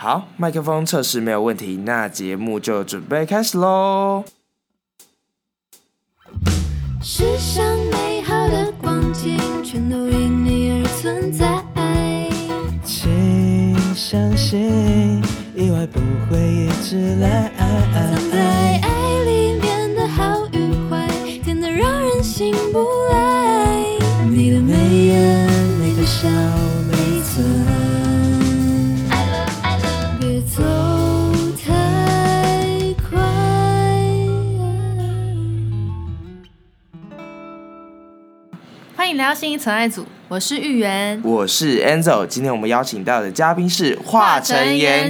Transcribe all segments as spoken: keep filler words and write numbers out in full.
好，麦克风测试没有问题，那节目就准备开始喽。 世上美好的光景全都因你而存在， 请相信意外不会一直来， 藏在爱里面的好与坏甜得让人醒不来，你的眉眼每个小每寸，别走太快。 欢迎来到新一层爱组，我是玉圆， 我是 Enzo， 今天我们邀请到的嘉宾是华晨妍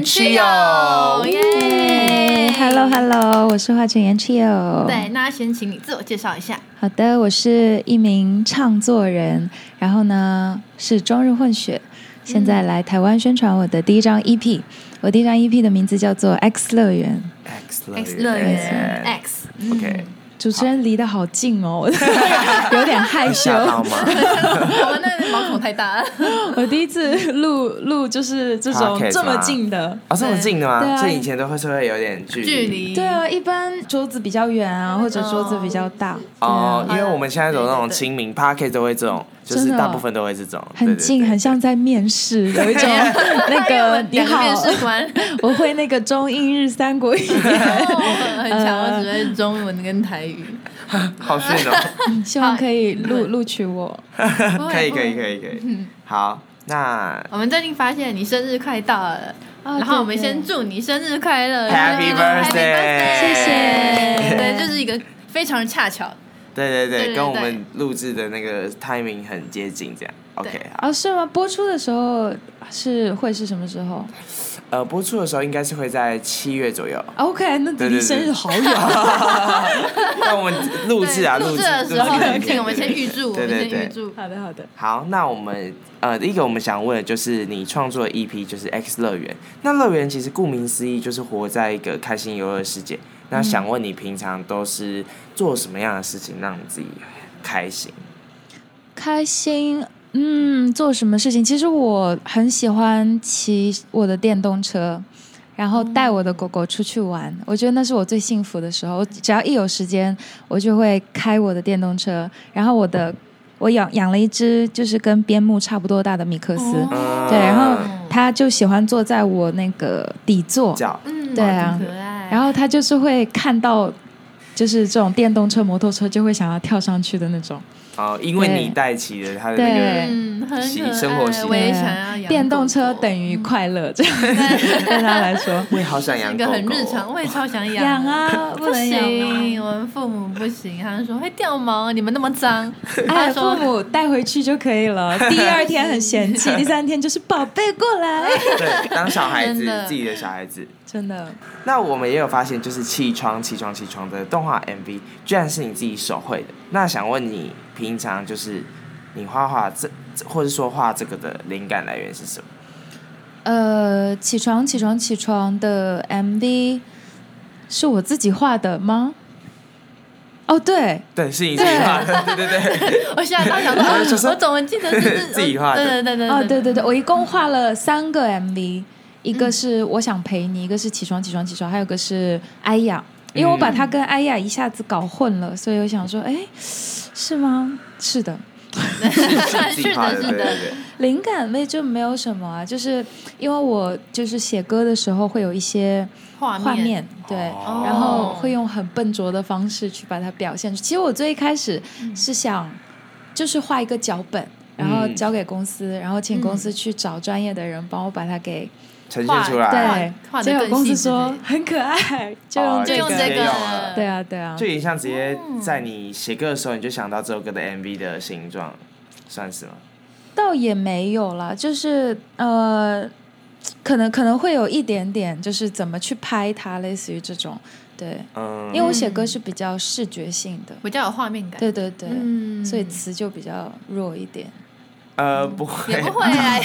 Trio。 耶 Hello Hello， 我是华晨妍 Trio。 对，那先请你自我介绍一下。 好的，我是一名唱作人，然后呢是中日混血，现在来台湾宣传我的第一张 E P，、嗯、我第一张 E P 的名字叫做 X 乐园。 X 乐园 X OK、 嗯。 主持人离得好近哦，有点害羞。 吓到吗？ 我们那毛孔太大了。 我第一次录录就是这种这么近的。 啊，这么近的吗？ 对啊， 所以以前都会是会有点距离。 距离。 对啊，一般桌子比较远啊，或者桌子比较大。 哦，因为我们现在有那种亲民 Podcast 都会这种。就是大部分都会这种很近， 对对对， 很像在面试，有一种那个你好， 面试官， 我会那个中英日三国语言， 哦、很强，我只会中文跟台语， 好逊哦！ 希望可以录录取我， 可以可以可以可以。好，那我们最近发现你生日快到了。哦、然后我们先祝你生日快乐 ，Happy Birthday！ 谢谢。 对，就是一个非常恰巧。 对对 对, 对, 对, 对，跟我们录制的那个 timing 很接近，这样 OK 好。 哦，是吗？播出的时候是会是什么时候？ 呃，播出的时候应该是会在七月左右。 OK， 那离生日好远。 那我们录制啊， 录制的时候，请我们先预祝， 对对对， 好的好的。 好，那我们呃，第一个我们想问的就是你创作的 E P 就是 X 乐园。那乐园其实顾名思义就是活在一个开心游乐世界。那想问你平常都是做什么样的事情让你自己开心？ 开心，嗯，做什么事情？其实我很喜欢骑我的电动车，然后带我的狗狗出去玩。我觉得那是我最幸福的时候。只要一有时间，我就会开我的电动车。然后我的我养养了一只就是跟边牧差不多大的米克斯，哦、对，然后它就喜欢坐在我那个底座， 嗯， 对啊。然后他就是会看到，就是这种电动车、摩托车，就会想要跳上去的那种。 哦，因为你带起了他的那个生活习惯。 我也想要养电动车等于快乐，这样对他来说。 我也好想养狗狗。 是一个很日常，我也超想养。 养啊， 不行，我们父母不行，他们说会掉毛，你们那么脏。 哎，父母带回去就可以了。第二天很嫌弃，第三天就是宝贝过来。 对，当小孩子，自己的小孩子。 真的。 那我们也有发现，就是起床起床起床的动画 M V， 居然是你自己手绘的。那想问你，平常就是你画画这，或者说画这个的灵感来源是什么？ 呃，起床起床起床的 M V 是我自己画的吗？哦，对， 对，是你自己画的，对对对。 我现在刚想到，我怎么记得是自己画的？ 对对对对， 哦，对对对，我一共画了三个 M V。一个是我想陪你，一个是起床起床起床，还有一个是艾雅，因为我把它跟艾雅一下子搞混了，所以我想说，哎，是吗？是的， 是的，是的。 灵感没就没有什么啊，就是因为我就是写歌的时候会有一些画面，面对、哦，然后会用很笨拙的方式去把它表现出。其实我最一开始是想就是画一个脚本，然后交给公司，然后请公司去找专业的人帮我把它给。 呈现出来， 对，结果公司说很可爱，就用就用这个， 对啊对啊， 就有点像直接在你写歌的时候你就想到这首歌的 M V 的形状，算是吗？ 倒也没有啦，就是呃，可能可能会有一点点，就是怎么去拍它，类似于这种，对，嗯，因为我写歌是比较视觉性的， 比较有画面感， 对对对，嗯，所以词就比较弱一点。 呃，不会， 也不会啊。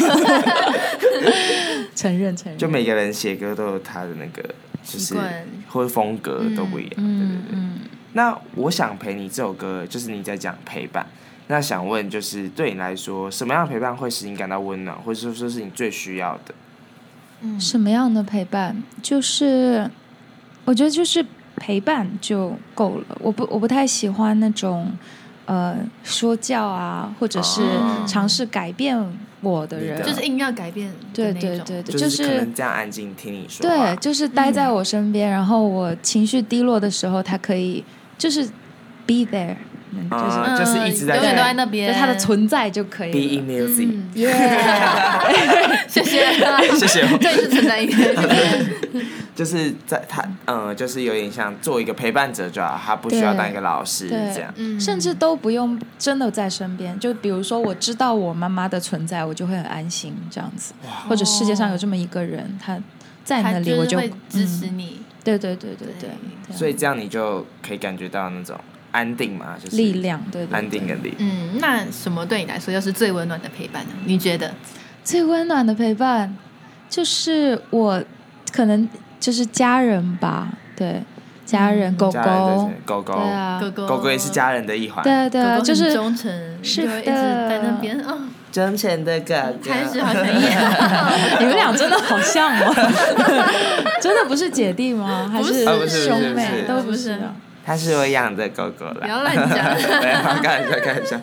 承认承认。 就每个人写歌都有他的那个，就是或者风格都不一样，嗯、对对对。嗯、那我想陪你这首歌，就是你在讲陪伴。那想问，就是对你来说，什么样的陪伴会使你感到温暖，或者说是你最需要的？ 嗯， 什么样的陪伴？就是我觉得就是陪伴就够了。我不我不太喜欢那种呃说教啊，或者是哦尝试改变我的人。 你的就是硬要改变的对那种。 对对对， 就是可是能这样安静听你说话。 对，就是待在我身边，然后我情绪低落的时候，他可以就是 be there，嗯就是、 嗯就是一直在永远都在那边， 就他的存在就可以 Be 了。 in music， 嗯， Yeah 谢谢， 谢谢我。 这是存在一个，谢谢。 就是在他嗯，就是有点像做一个陪伴者就好，他不需要当一个老师对这样。 嗯， 甚至都不用真的在身边，就比如说我知道我妈妈的存在，我就会很安心这样子。或者世界上有这么一个人，他在那里，我就他会支持嗯你。 对对对对对，对所以这样你就可以感觉到那种安定嘛，就是力量，对对对安定跟力量。 嗯，那什么对你来说又是最温暖的陪伴呢？你觉得？ 最温暖的陪伴，就是我可能就是家人吧，对，家人、 嗯狗家人狗就是，狗狗， 对啊， 狗狗， 狗狗也是家人的一环。 对啊对啊， 狗狗很就是忠诚， 是就会一直的在那边啊。 真诚的哥哥， 开始好像也， 你们俩真的好像哦，真的不是姐弟吗？还不是啊不是兄不是不是妹都不是啊？ 它是我养的狗狗啦。 不要乱讲。 没有，开玩笑，开玩笑。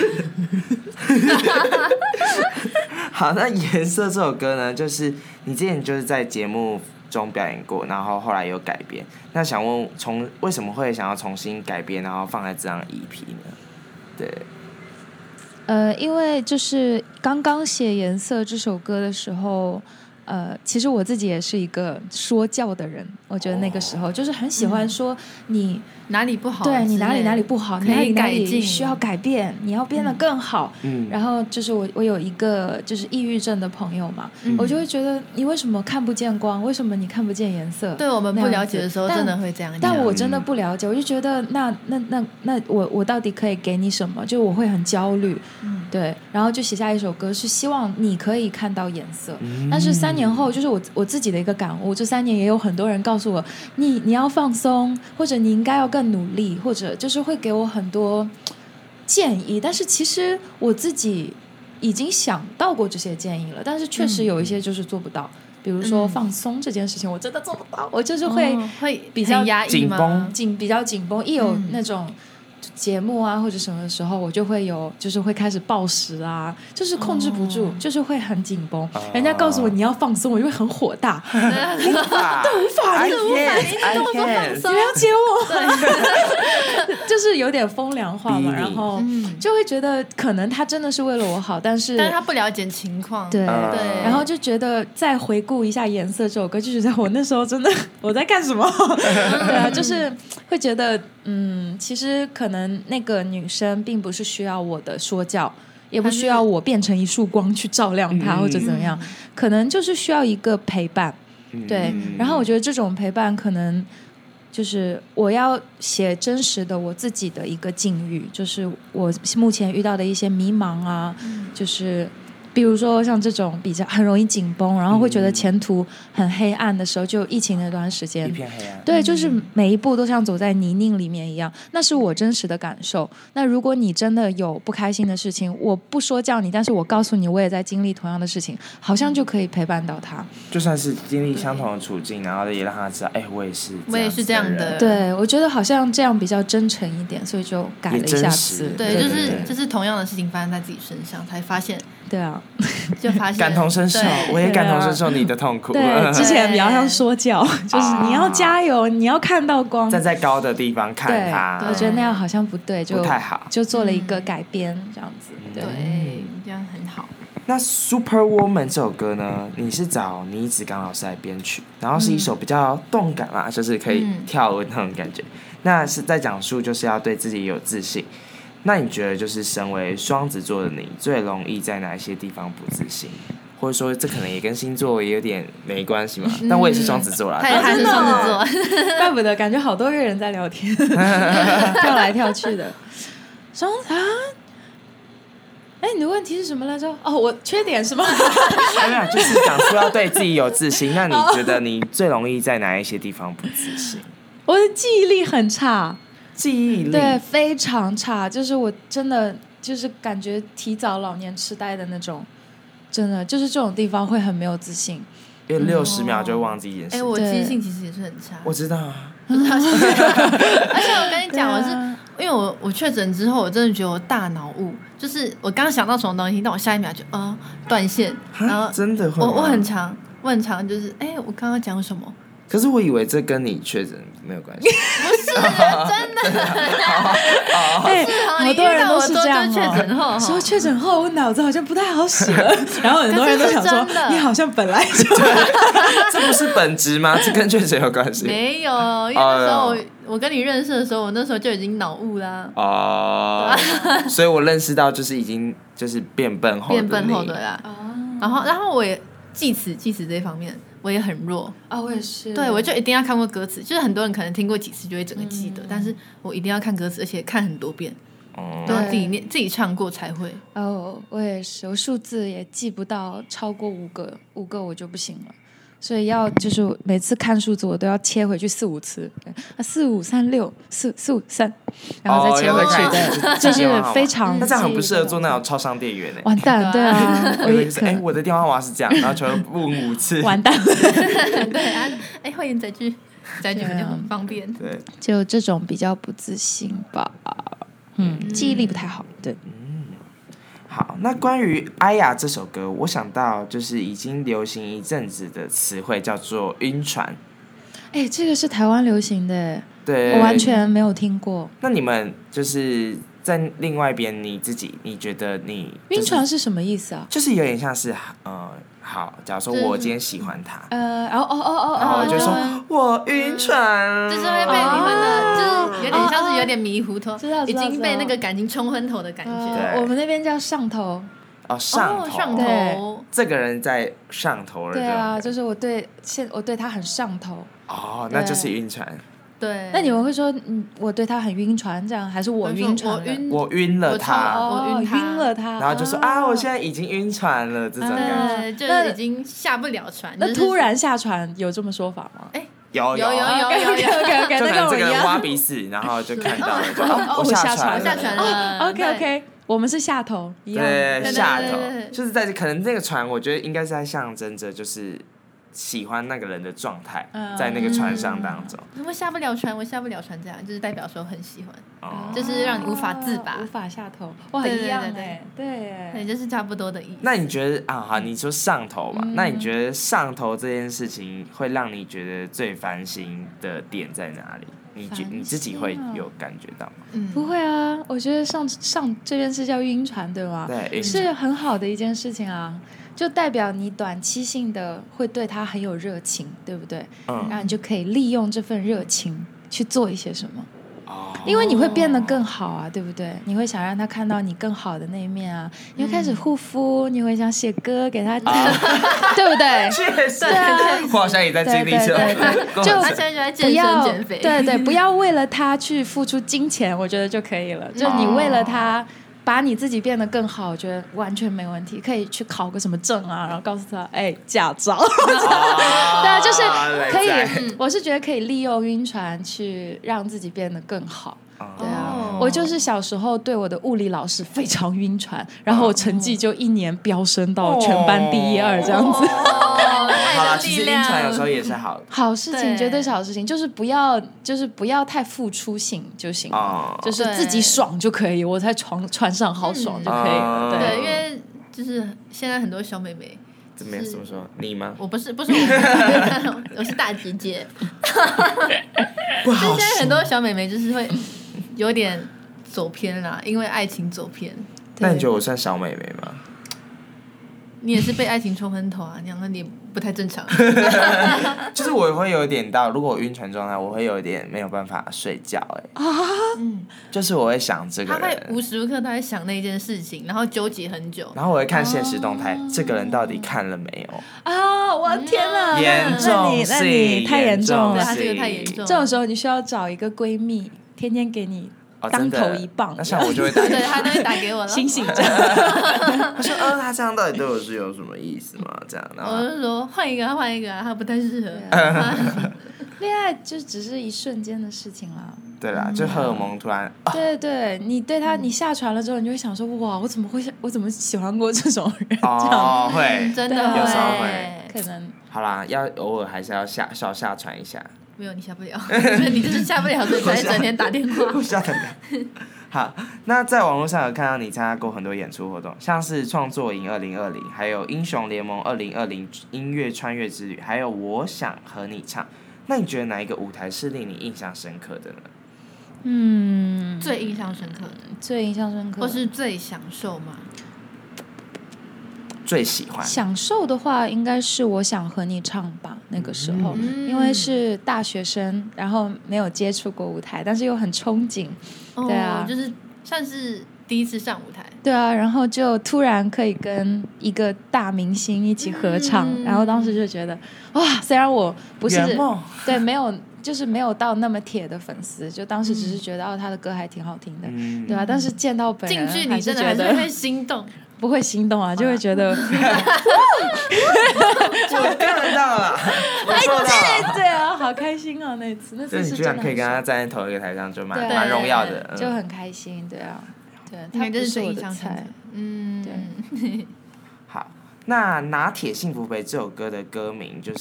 好，那《颜色》这首歌呢，就是你之前就是在节目中表演过，然后后来有改编。那想问，从为什么会想要重新改编，然后放在这张 E P 呢？对， 呃，因为就是刚刚写《颜色》这首歌的时候，呃，其实我自己也是一个说教的人。我觉得那个时候就是很喜欢说你、 哪里不好？ 对你哪里哪里不好， 可以哪里哪改进里需要改变，你要变得更好。 嗯， 然后就是我我有一个就是抑郁症的朋友嘛， 嗯我就会觉得你为什么看不见光？为什么你看不见颜色？ 对我们不了解的时候， 那样子真的会这样讲。 但我真的不了解，我就觉得那那那那我我到底可以给你什么？就我会很焦虑， 嗯对，然后就写下一首歌，是希望你可以看到颜色。 嗯但是三年后，就是我我自己的一个感悟，这三年也有很多人告诉我，你你要放松，或者你应该要更努力，或者就是会给我很多建议。但是其实我自己已经想到过这些建议了，但是确实有一些就是做不到。比如说嗯放松这件事情，我真的做不到，我就是会哦会比较很压抑吗紧绷紧比较紧绷，一有嗯那种节目啊或者什么的时候，我就会有就是会开始暴食啊，就是控制不住， 哦就是会很紧绷。 哦人家告诉我你要放松，我就会很火大， 无法， 无法 ，I 你 can't, I 你 can't。 了解我，就是有点风凉话嘛， 逼你然后嗯， 就会觉得可能他真的是为了我好，但是但是他不了解情况。 对嗯对然后就觉得再回顾一下《颜色》这首歌，就觉得我那时候真的我在干什么？对啊，就是会觉得，嗯，其实可能那个女生并不是需要我的说教，也不需要我变成一束光去照亮她， 嗯或者怎么样，可能就是需要一个陪伴。对， 嗯然后我觉得这种陪伴可能就是我要写真实的我自己的一个境遇，就是我目前遇到的一些迷茫啊，就是比如说像这种比较很容易紧绷，然后会觉得前途很黑暗的时候，就疫情那段时间一，片黑暗。 对，就是每一步都像走在泥泞里面一样，那是我真实的感受。那如果你真的有不开心的事情，我不说教你，但是我告诉你，我也在经历同样的事情，好像就可以陪伴到他。 就算是经历相同的处境，然后也让他知道，哎、我也是， 我也是这样的人对，我觉得好像这样比较真诚一点，所以就改了一下也真实词。 对， 对就是对就是同样的事情发生在自己身上，才发现， 对啊， 就发现感同身受， 对我也感同身受你的痛苦。 对，之前比较像说教，就是你要加油，你要看到光。 站在高的地方看对， 他， 我觉得那样好像不对，就不太好。 就做了一个改编，这样子。对， 对，这样很好。 那《Super Woman》这首歌呢，你是找倪子刚老师来编曲，然后是一首比较动感嘛，就是可以嗯跳舞那种感觉。那是在讲述就是要对自己有自信。那你觉得就是身为双子座的你，最容易在哪一些地方不自信？或者说这可能也跟星座也有点没关系嘛？但我也是双子座啦， 他也他是双子座， 怪不得感觉好多个人在聊天，跳来跳去的。双啊，哎，你的问题是什么来着？哦，我缺点是吗？ 没有，就是讲说要对自己有自信。那你觉得你最容易在哪一些地方不自信？ 我的记忆力很差， 记忆力， 对，非常差，就是我真的就是感觉提早老年痴呆的那种，真的就是这种地方会很没有自信。 因为六十秒就会忘记一件事。 哎、我记性其实也是很差。 我知道啊。 而且我跟你讲，我是因为我我确诊之后，我真的觉得我大脑雾，就是我刚想到什么东西，但我下一秒就啊断线，然后真的会吗？ 我我很常我很常就是哎、欸，我刚刚讲什么？ 可是我以为这跟你确诊没有关系。 不是，真的。 哎，好多人都是这样确诊后， 说确诊后我脑子好像不太好使了，然后很多人都想说你好像本来就这不是本质吗？这跟确诊有关系？ 没有，因为那时候我我跟你认识的时候，我那时候就已经脑雾啦。 哦，所以我认识到就是已经就是变笨后的变笨后的啦。然后然后我也记词记词这方面。我也很弱啊、哦，我也是。 对，我就一定要看过歌词，就是很多人可能听过几次就会整个记得，嗯、但是我一定要看歌词，而且看很多遍，嗯、然后自己念自己唱过才会。哦， 我也是，我数字也记不到超过五个，五个我就不行了。所以要就是每次看数字，我都要切回去四五次，啊，四五三六四四五三，然后再切回去的，哦、就是非常。 那这样很不适合做那种超商店员诶。 完蛋，对啊， 我也是。哎，我的电话号码是这样，然后全部问五次。 完蛋了。 对啊，哎，会员载具，载具就很方便。 对， 就这种比较不自信吧，嗯，记忆力不太好，对。 好，那关于《哎呀》这首歌，我想到就是已经流行一阵子的词汇叫做“晕船”。 哎，这个是台湾流行的， 对， 我完全没有听过。 那你们就是在另外一边，你自己你觉得你、就是、 晕船是什么意思啊？ 就是有点像是呃，好，假如说我今天喜欢他， 呃，哦哦哦哦， 然后我就说、哦、我晕船， 就是会被你们的，哦、就是有点像是有点迷糊头， 知道已经被那个感情冲昏头的感觉。 呃、我们那边叫上头。 哦，上头， 哦、上头， 这个人在上头了。 对啊，就是我对现我对他很上头。 哦，那就是晕船。 对， 那你们会说，嗯，我对他很晕船，这样还是我晕船了？ 我晕， 我晕了他， 我晕他，晕了他， 然后就说、哦、啊，我现在已经晕船了，这种感觉，就是已经下不了船。 那突然下船有这么说法吗？ 哎， 有有有有有有， 就可能这个人挖鼻屎，然后就看到了，就哦，我下船了， 下船了。 OK OK。我们是下头一样， 对，下头就是在可能那个船，我觉得应该是在象征着就是喜欢那个人的状态，嗯、在那个船上当中。 我下不了船，我下不了船，这样就是代表说很喜欢，哦、就是让你无法自拔， 无法下头。哇，一样哎，对， 对，就是差不多的意思。 那你觉得啊，好，你说上头嘛，嗯、那你觉得上头这件事情会让你觉得最烦心的点在哪里？你觉你自己会有感觉到吗？ 嗯，不会啊，我觉得上上这边是叫晕船，对吗？ 对， 是很好的一件事情啊，就代表你短期性的会对他很有热情，对不对？嗯，然后你就可以利用这份热情去做一些什么。哦，因为你会变得更好啊，对不对？你会想让他看到你更好的那一面啊，你会开始护肤，你会想写歌给他听，对不对？ 确实，对啊，我好像也在经历这种， 就他现在就在健身减肥， 对对，不要为了他去付出金钱，我觉得就可以了。就你为了他。把你自己变得更好，我觉得完全没问题，可以去考个什么证啊，然后告诉他，哎、欸，驾照，对啊，就是可以，嗯、我是觉得可以利用晕船去让自己变得更好。对啊，我就是小时候对我的物理老师非常晕船，然后我成绩就一年飙升到全班第一二这样子。 好了，其实晕船有时候也是好好事情，绝对是好事情，就是不要就是不要太付出性就行了，哦、就是自己爽就可以，我在床船上好爽就可以了。 嗯、对，因为就是现在很多小妹妹。 怎么样？怎么说？你吗？ 我不是，不是我，我是大姐姐。 不好说。 现在很多小妹妹就是会有点走偏啦，因为爱情走偏。 那你觉得我算小妹妹吗？ 你也是被爱情冲昏头啊，那你不太正常。 就是我会有点到，如果我晕船状态，我会有点没有办法睡觉、欸，哎，啊，嗯，就是我会想这个人， 他会无时无刻都在想那件事情，然后纠结很久， 然后我会看现实动态，哦、这个人到底看了没有？ 啊，我的天哪， 严重性， 那你太严重了， 他这个太严重了。 这种时候你需要找一个闺蜜，天天给你。当头一棒， 那像我就会打， 对，他都会打给我了， 醒醒着。 他说：“呃，他这样到底对我是有什么意思吗？”这样，然后我就说换一个，换一个，他不太适合。 恋爱就只是一瞬间的事情啦。 对啦，就荷尔蒙突然。 对对，你对他，你下船了之后，你就会想说：哇，我怎么会，我怎么喜欢过这种人？ 哦，会， 真的有时候会， 可能。 好啦，要偶尔还是要下小下传一下。 没有，你下不了，你就是下不了，所以才整天打电话。 我下得了。好，那在网络上有看到你参加过很多演出活动，像是创作营二零二零，还有英雄联盟二零二零音乐穿越之旅，还有我想和你唱。那你觉得哪一个舞台是令你印象深刻的呢？ 嗯， 最印象深刻的， 最印象深刻， 或是最享受吗？ 最喜欢享受的话，应该是我想和你唱吧。那个时候， 嗯、 因为是大学生，然后没有接触过舞台，但是又很憧憬， 哦、 对啊， 就是算是第一次上舞台。 对啊，然后就突然可以跟一个大明星一起合唱，嗯、然后当时就觉得哇，虽然我不是对没有。就是没有到那么铁的粉丝，就当时只是觉得、嗯、哦，他的歌还挺好听的，嗯、对吧、啊？但是见到本人， 进去你真的还是会心动， 不会心动啊，就会觉得，我看到了，我做到了， 对啊，好开心啊！那次，那次是你居然可以跟他站在同一个台上，就蛮蛮荣耀的、嗯， 就很开心，对啊，对，他不是我的菜， 嗯， 对。 好，那《拿铁幸福杯》这首歌的歌名就是。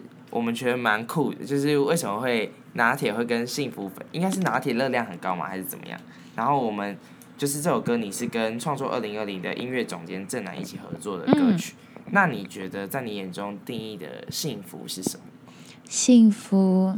我们觉得蛮酷的，就是为什么会拿铁会跟幸福粉，应该是拿铁热量很高吗，还是怎么样？然后我们就是这首歌，你是跟创作二零二零的音乐总监郑楠一起合作的歌曲。嗯、那你觉得在你眼中定义的幸福是什么？ 幸福，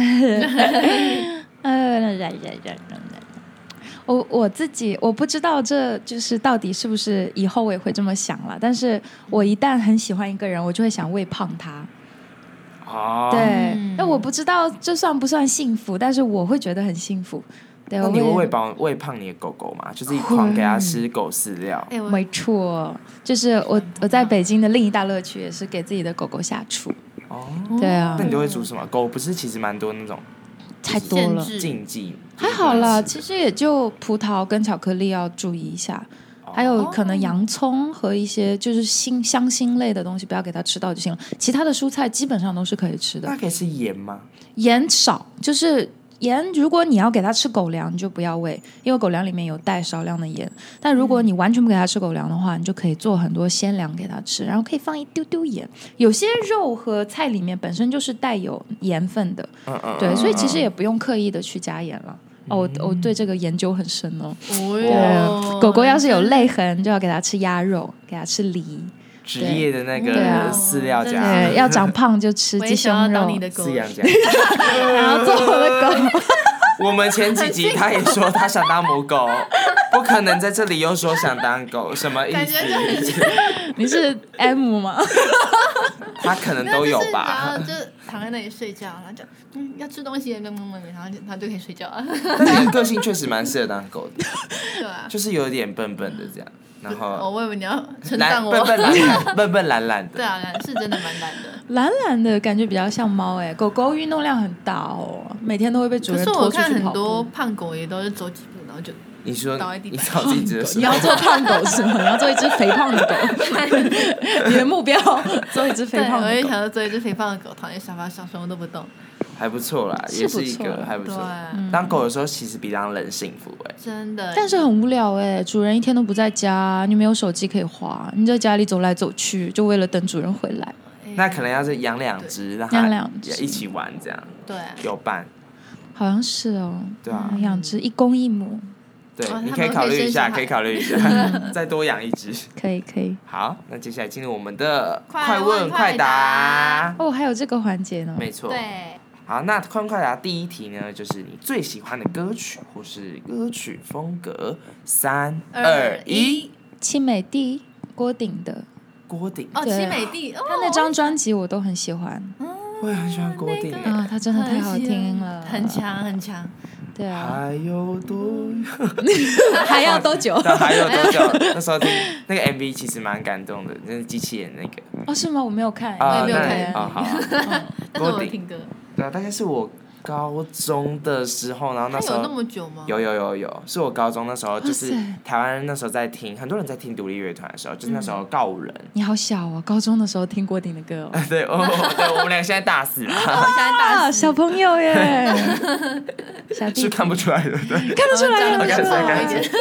我我自己我不知道这就是到底是不是以后我也会这么想了，但是我一旦很喜欢一个人，我就会想喂胖他。 哦， 对，那我不知道这算不算幸福，但是我会觉得很幸福。对， 那你会喂饱喂胖你的狗狗吗？就是一狂给它吃狗饲料。 没错，就是我我在北京的另一大乐趣也是给自己的狗狗下厨。 哦， 对啊。 那你都会煮什么？狗不是其实蛮多那种， 太多了， 禁忌。 还好啦，其实也就葡萄跟巧克力要注意一下。还有可能洋葱和一些就是辛香辛类的东西不要给它吃到就行了，其他的蔬菜基本上都是可以吃的。 那可以吃盐吗？ 盐少，就是盐如果你要给它吃狗粮你就不要喂，因为狗粮里面有带少量的盐，但如果你完全不给它吃狗粮的话，你就可以做很多鲜粮给它吃，然后可以放一丢丢盐，有些肉和菜里面本身就是带有盐分的， 嗯嗯对，所以其实也不用刻意的去加盐了。哦，我我对这个研究很深哦。 哦， 狗狗要是有泪痕，就要给它吃鸭肉，给它吃梨。 职业的那个饲料夹， 对，要长胖就吃鸡胸肉。 饲养家， 然后做我的狗。 我们前几集他也说他想当母狗，不可能在这里又说想当狗，什么意思？ 你是 M 吗？ 他可能都有吧。 然后就躺在那里睡觉，然后就嗯要吃东西，然后就他就可以睡觉了。 但你的个性确实蛮适合当狗的， 对啊， 就是有点笨笨的这样。然后我以为你要称赞我， 笨笨懒懒，笨笨懒懒的。 对啊，是真的蛮懒的。 懒懒的感觉比较像猫哎、欸，狗狗运动量很大哦，每天都会被主人拖出去跑步。 可是我看很多胖狗也都是走几步然后就你说倒在地板。 你找自己的时候， 你要做胖狗是吗？你要做一只肥胖的狗，你的目标做一只肥胖的狗。 我也想要做一只肥胖的狗，躺在沙发上什么都不动。 还不错啦，也是一个还不错。当狗的时候，其实比当人幸福哎、欸， 真的。 但是很无聊哎、欸，主人一天都不在家，你没有手机可以滑，你在家里走来走去，就为了等主人回来。 那可能要是养两只，让它一起玩这样， 对， 有伴。 好像是哦， 对啊， 养只一公一母。 对，你可以考虑一下，可以考虑一下，再多养一只。 可以可以。 好，那接下来进入我们的快问快答。 哦，还有这个环节呢。 没错。 对。 好，那快问快答第一题呢，就是你最喜欢的歌曲或是歌曲风格。三二一， 青美地，郭顶的。 郭顶哦，青美地， 他那张专辑我都很喜欢。 我也很喜欢郭顶啊，他真的太好听了， 很强很强。 对啊。 还有多还要多久？ 还有多久？那时候听那个 M V 其实蛮感动的，那是机器人那个。 哦，是吗？我没有看， 我也没有看。 哦，好。 但是我听歌。 对啊，大概是我高中的时候，然后那时候有那么久吗？ 有有有有，是我高中那时候，就是台湾人那时候在听，很多人在听独立乐团的时候，就是那时候告五人。 你好小哦，高中的时候听郭顶的歌哦。 对哦，对，我们俩现在大四了。 我现在大四，小朋友耶。小弟是看不出来的，对， 看得出来，看得出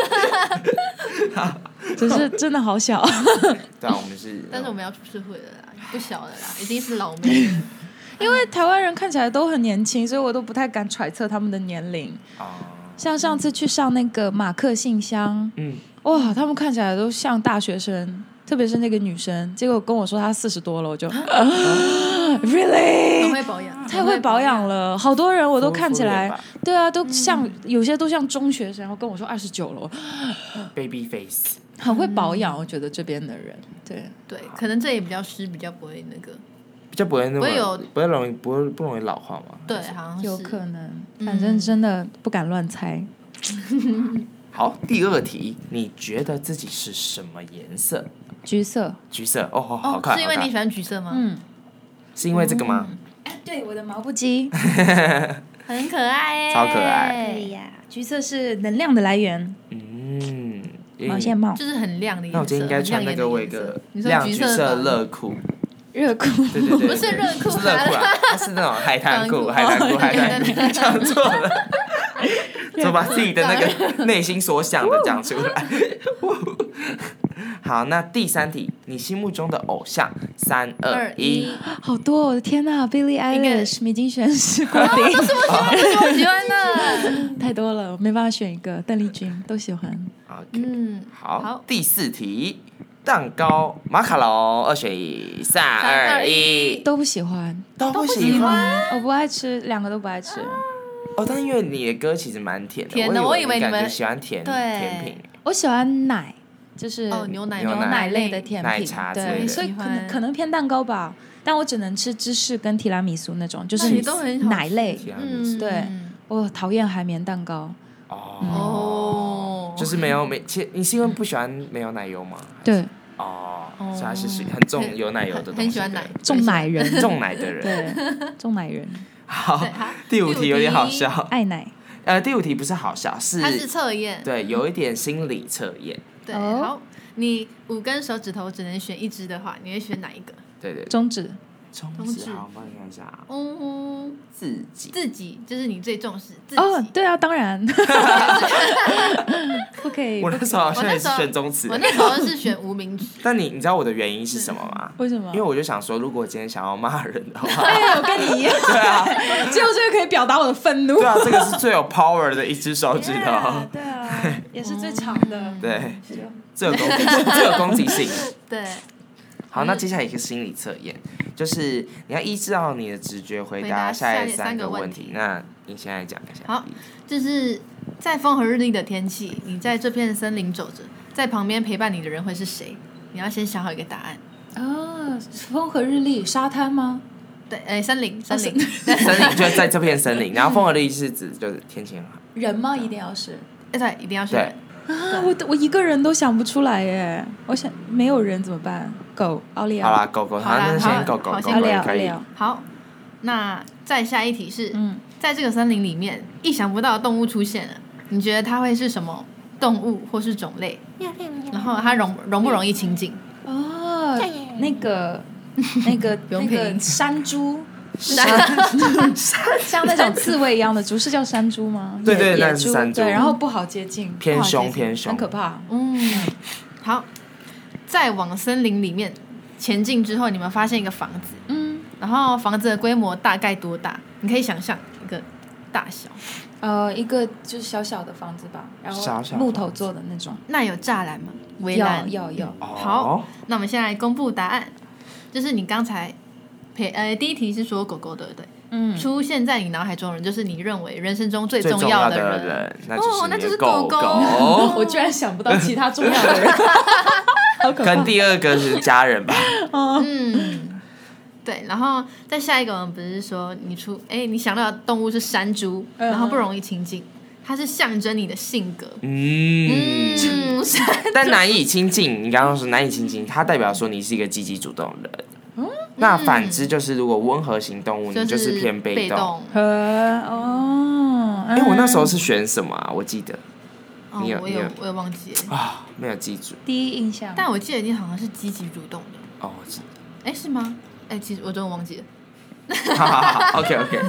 来。好， 只是真的好小。 对啊，我们是。 但是我们要出社会了啦。 不小了啦，已经是老妹了。 因为台湾人看起来都很年轻，所以我都不太敢揣测他们的年龄。 哦， 像上次去上那个马克信箱， 嗯， 哇，他们看起来都像大学生，特别是那个女生，结果跟我说她四十多了，我就、啊、，really， 很会保养， 太会保养了，好多人我都看起来敷脸吧， 对啊，都像、嗯、有些都像中学生，然后跟我说二十九了 ，baby face， 很会保养，我觉得这边的人，对对，可能这也比较湿，比较不会那个。 比较不会那么不会有不会容易不会不容易老化嘛？ 对，好像是有可能，反正真的不敢乱猜。 嗯、好，第二题，你觉得自己是什么颜色？ 橘色。 橘色，哦，好好看。 哦，是因为你喜欢橘色吗？ 嗯， 是因为这个吗？ 哎、嗯，对，我的毛不鸡很可爱耶， 超可爱。 对呀，橘色是能量的来源。 嗯， 毛线帽就是很亮的颜色。 那我今天应该穿那个我一个亮橘色热裤。 热裤， 对对对， 不是热裤， 是热裤啊，它是那种海滩裤，海滩裤，海滩裤，讲错了，就把自己的那个内心所想的讲出来。好，那第三题，你心目中的偶像，三二一， 好多，我的天哪 ，Billie Eilish、米津玄师、郭顶， 都是我喜欢，都是我喜欢的， 太多了，我没办法选一个，邓丽君都喜欢。 嗯，好，第四题。蛋糕、马卡龙，二选一，三二一， 都不喜欢， 都不喜欢， 我不爱吃，两个都不爱吃。 哦，但是因为你的歌其实蛮甜的， 甜的，我以为你们喜欢甜甜品。 我喜欢奶，就是哦牛奶牛奶类的甜品， 奶茶之类的， 对，所以可能可能偏蛋糕吧，但我只能吃芝士跟提拉米苏那种，就是奶类。 嗯， 对，我讨厌海绵蛋糕。 哦，就是没有没，其实你是因为不喜欢没有奶油吗？ 对。 哦，所以他是很重有奶油的东西， 很喜欢奶， 重奶人， 重奶的人， 对，重奶人。 好，第五题有点好笑， 爱奶。 呃，第五题不是好笑，是它是测验， 对，有一点心理测验。 对，好，你五根手指头只能选一只的话，你会选哪一个？ 对对， 中指。 中指，好，帮你看一下。 嗯， 自己， 自己就是你最重视自己。 哦，对啊，当然。不可以。 我那时候好像也是选中指， 我那时候是选无名指。 但你你知道我的原因是什么吗？ 为什么？ 因为我就想说，如果今天想要骂人的话， 哎，我跟你一样。 对啊， 只有这个可以表达我的愤怒。 对啊，这个是最有 power 的一只手指头。 对啊，也是最长的。 对，最有攻击，最有攻击性。 对。 好，那接下来一个心理测验，就是你要依照你的直觉回答下列三个问题。那你现在讲一下。 好，就是在风和日丽的天气，你在这片森林走着，在旁边陪伴你的人会是谁？你要先想好一个答案。 啊，风和日丽，沙滩吗？ 对，哎，森林，森林， 森林就在这片森林，然后风和日丽是指就是天气很好。 人吗？一定要是？ 哎，对，一定要是人。 啊，我我一个人都想不出来耶！我想没有人怎么办？狗，奥利奥。 好啦，狗狗，好，那先狗狗，狗狗可以。 好，那再下一题是，嗯，在这个森林里面，意想不到的动物出现了，你觉得它会是什么动物或是种类？然后它容容不容易亲近？ 哦，那个那个那个山猪。 山像那种刺猬一样的猪是叫山猪吗？ 对对，那是山猪。 对，然后不好接近， 偏凶偏凶， 很可怕。 嗯，好，再往森林里面前进之后，你们发现一个房子，嗯，然后房子的规模大概多大？你可以想象一个大小。 呃，一个就是小小的房子吧，然后木头做的那种。 那有栅栏吗？围栏？ 有有有。 好，那我们现在来公布答案，就是你刚才。陪呃，第一题是说狗狗，对不对？嗯，出现在你脑海中的人，就是你认为人生中最重要的人。 人哦，那就是狗狗。 我居然想不到其他重要的人，好可怕。 跟第二个是家人吧？ 嗯，对。然后再下一个，我们不是说你出哎，你想到的动物是山猪，嗯、然后不容易亲近，它是象征你的性格。 嗯，嗯但难以亲近。你刚刚说难以亲近，它代表说你是一个积极主动的人。嗯、那反之就是，如果温和型动物，你就是偏被动。 哦， 哎、欸，我那时候是选什么啊？我记得， 哦、你有我有我有忘记了啊，没有记住。 第一印象， 但我记得你好像是积极主动的。 哦，我记得。 哎、欸，是吗？哎、欸，其实我真的忘记了。 好好好 ，OK OK。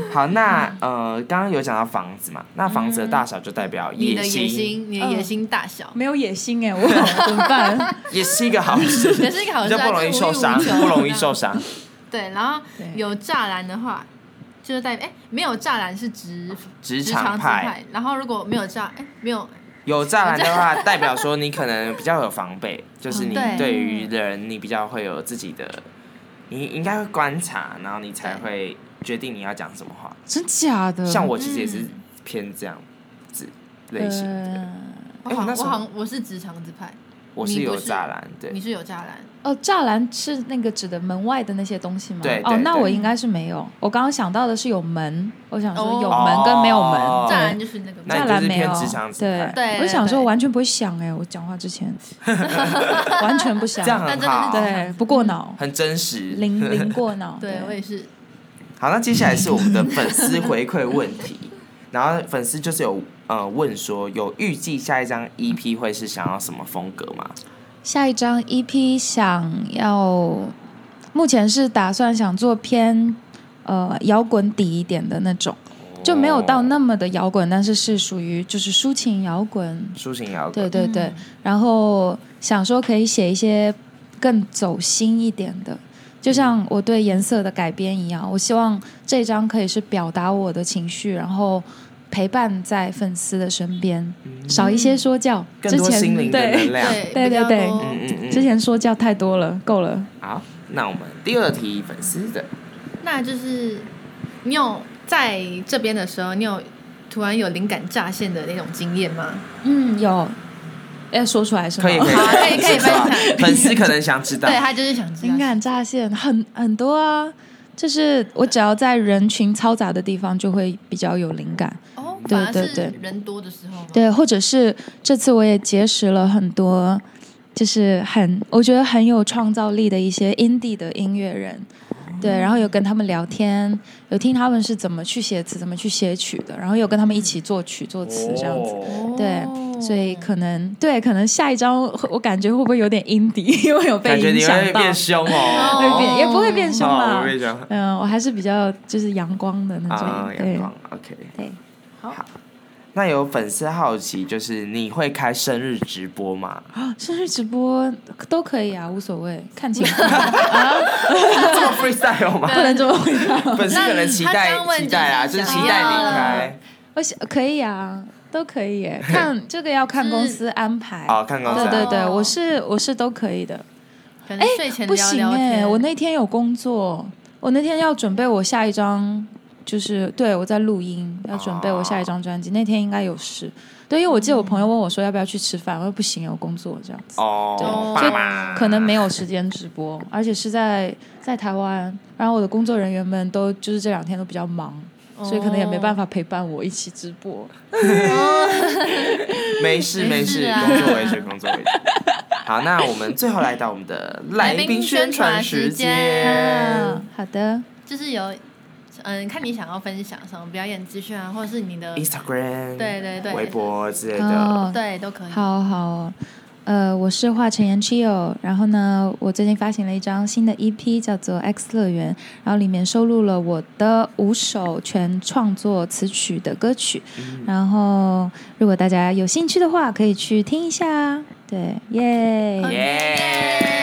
好，那呃，刚刚有讲到房子嘛，那房子的大小就代表你的野心， 野心，你的野心大小， 没有野心哎，我怎么办？ 也是一个好事， 也是一个好事， 比较不容易受伤，不容易受伤。 对，然后有栅栏的话，就是代表哎，没有栅栏是直直直长场派， 然后如果没有栅，哎，没有。 有栅栏的话，代表说你可能比较有防备，就是你嗯对于人，你比较会有自己的，你应该会观察，然后你才会决定你要讲什么话。 真假的？ 像我其实也是偏这样子类型的。 呃我好，我好，我是直肠子派。 我是有栅栏，对， 你是有栅栏。 哦，栅栏是那个指的门外的那些东西吗？ 对。 哦，那我应该是没有。我刚刚想到的是有门，我想说有门跟没有门。 栅栏就是那个。 栅栏没有。 对对。我想说完全不会想哎，我讲话之前完全不想。 这样很好。 对，不过脑。 很真实。 零零过脑。 对我也是。 好，那接下来是我们的粉丝回馈问题。然后粉丝就是有呃问说，有预计下一张 E P 会是想要什么风格吗？ 下一张 E P 想要，目前是打算想做偏呃摇滚底一点的那种，就没有到那么的摇滚，但是是属于就是抒情摇滚。 抒情摇滚。 对对对，嗯、然后想说可以写一些更走心一点的。就像我对颜色的改编一样，我希望这张可以是表达我的情绪，然后陪伴在粉丝的身边，嗯、少一些说教， 更多心灵的能量。 对对对， 嗯嗯嗯， 之前说教太多了，够了。 好，那我们第二题粉丝的， 那就是你有在这边的时候，你有突然有灵感乍现的那种经验吗？ 嗯，有。要说出来是吗？ 可以可以可以可以分享。 粉丝可能想知道， 对他就是想知道。 灵感乍现很很多啊，就是我只要在人群嘈杂的地方，就会比较有灵感。 哦， 对对对， 人多的时候。 对，或者是这次我也结识了很多，就是很我觉得很有创造力的一些 indie 的音乐人。对，然后有跟他们聊天，有听他们是怎么去写词、怎么去写曲的，然后有跟他们一起作曲、作词这样子。 哦、 对，所以可能对，可能下一张我感觉会不会有点阴敌，因为有被影响到。 感觉你会变凶哦， 会变也不会变凶啦。嗯、呃，我还是比较就是阳光的那种。 啊，阳光 ，OK。 对， 好。 好，那有粉丝好奇，就是你会开生日直播吗？ 生日直播都可以啊，无所谓，看情况啊。 这么 freestyle 吗？ 不能这么回答。 粉丝可能期待期待啊，就是期待你开。 我想可以啊，都可以耶。看这个要看公司安排。 哦，看公司安排。 对对对，我是我是都可以的。 哎， 不行哎，我那天有工作，我那天要准备我下一张。就是对我在录音，要准备我下一张专辑，哦、那天应该有事。对，因为我记得我朋友问我说要不要去吃饭，我说不行，有工作这样子。 哦， 对，所以可能没有时间直播，而且是在在台湾，然后我的工作人员们都就是这两天都比较忙，哦、所以可能也没办法陪伴我一起直播。 哦、没事没事，啊、工作为主，工作为主。好，那我们最后来到我们的来宾宣传时间。 好的， 就是有。嗯，看你想要分享什么表演资讯啊，或者是你的 Instagram， 对对对， 微博之类的， 哦、 对都可以。 好好，呃，我是华晨妍 Chio， 然后呢，我最近发行了一张新的 E P， 叫做《X 乐园》，然后里面收录了我的五首全创作词曲的歌曲，嗯、然后如果大家有兴趣的话，可以去听一下。对，耶耶！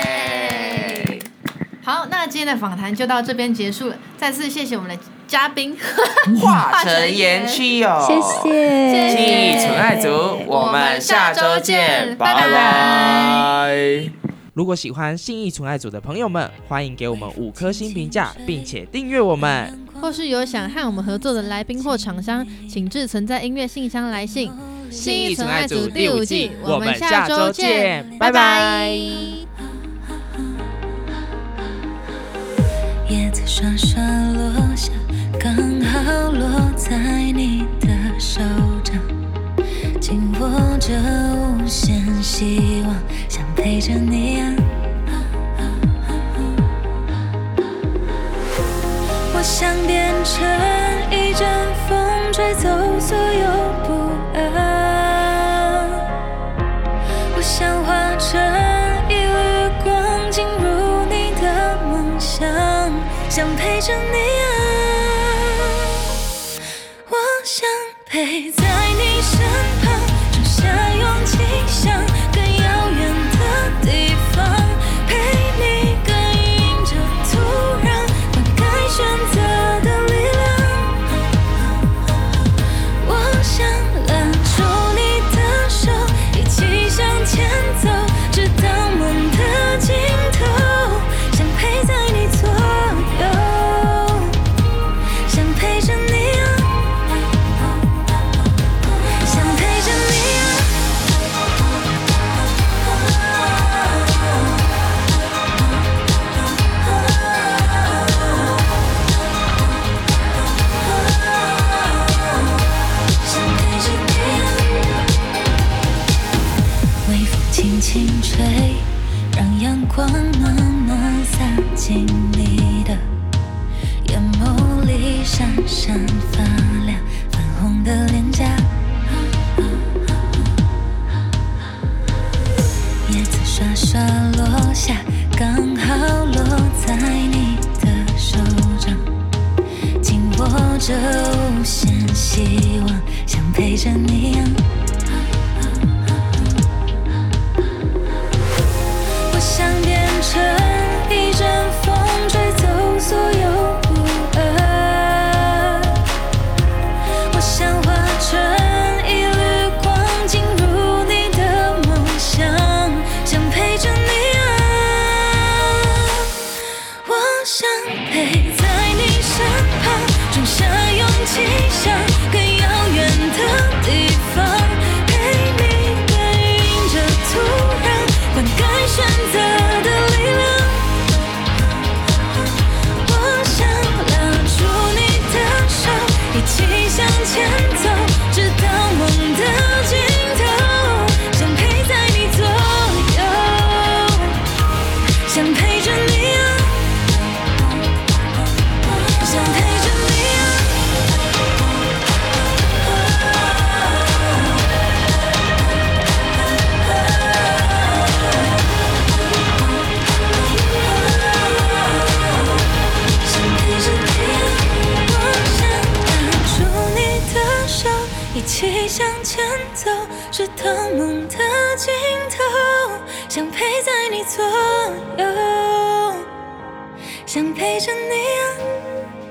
好，那今天的访谈就到这边结束了。再次谢谢我们的嘉宾华晨妍 Chio， 谢谢， 信义纯爱组，我们下周见，拜拜。如果喜欢信义纯爱组的朋友们，欢迎给我们五颗星评价，并且订阅我们。 或是有想和我们合作的来宾或厂商，请至存在音乐信箱来信。 信义纯爱组第五季，我们下周见，拜拜。 叶子刷刷落下，刚好落在你的手掌，紧握着无限希望，想陪着你啊。我想变成一阵风，吹走所有不安，我想化成一缕光，进入你的梦乡，想陪着你啊。 陪在你身旁，种下勇气向更遥远的地方，陪你耕耘着土壤，灌溉选择的力量。我想拉住你的手，一起向前走，直到梦的尽头，想陪在你左右，想陪着你啊，想陪着你啊。微风轻轻吹，让阳光暖暖洒进你的眼眸里，闪闪发亮，粉红的脸颊。叶子刷刷落下，刚好落在你的手掌，紧握着无限希望，想陪着你啊。我想变成一阵风，吹走所有不安。我想化成一缕光，进入你的梦乡，想陪着你啊。我想陪在你身旁，种下勇气向更遥远的地方，陪你耕耘着土壤，灌溉选择的力量。我想拉住你的手，一起向前走，直到梦的尽头，想陪在你左右，想陪着你啊，想陪着你啊。一起向前走，直到梦的尽头，想陪在你左右，想陪着你啊。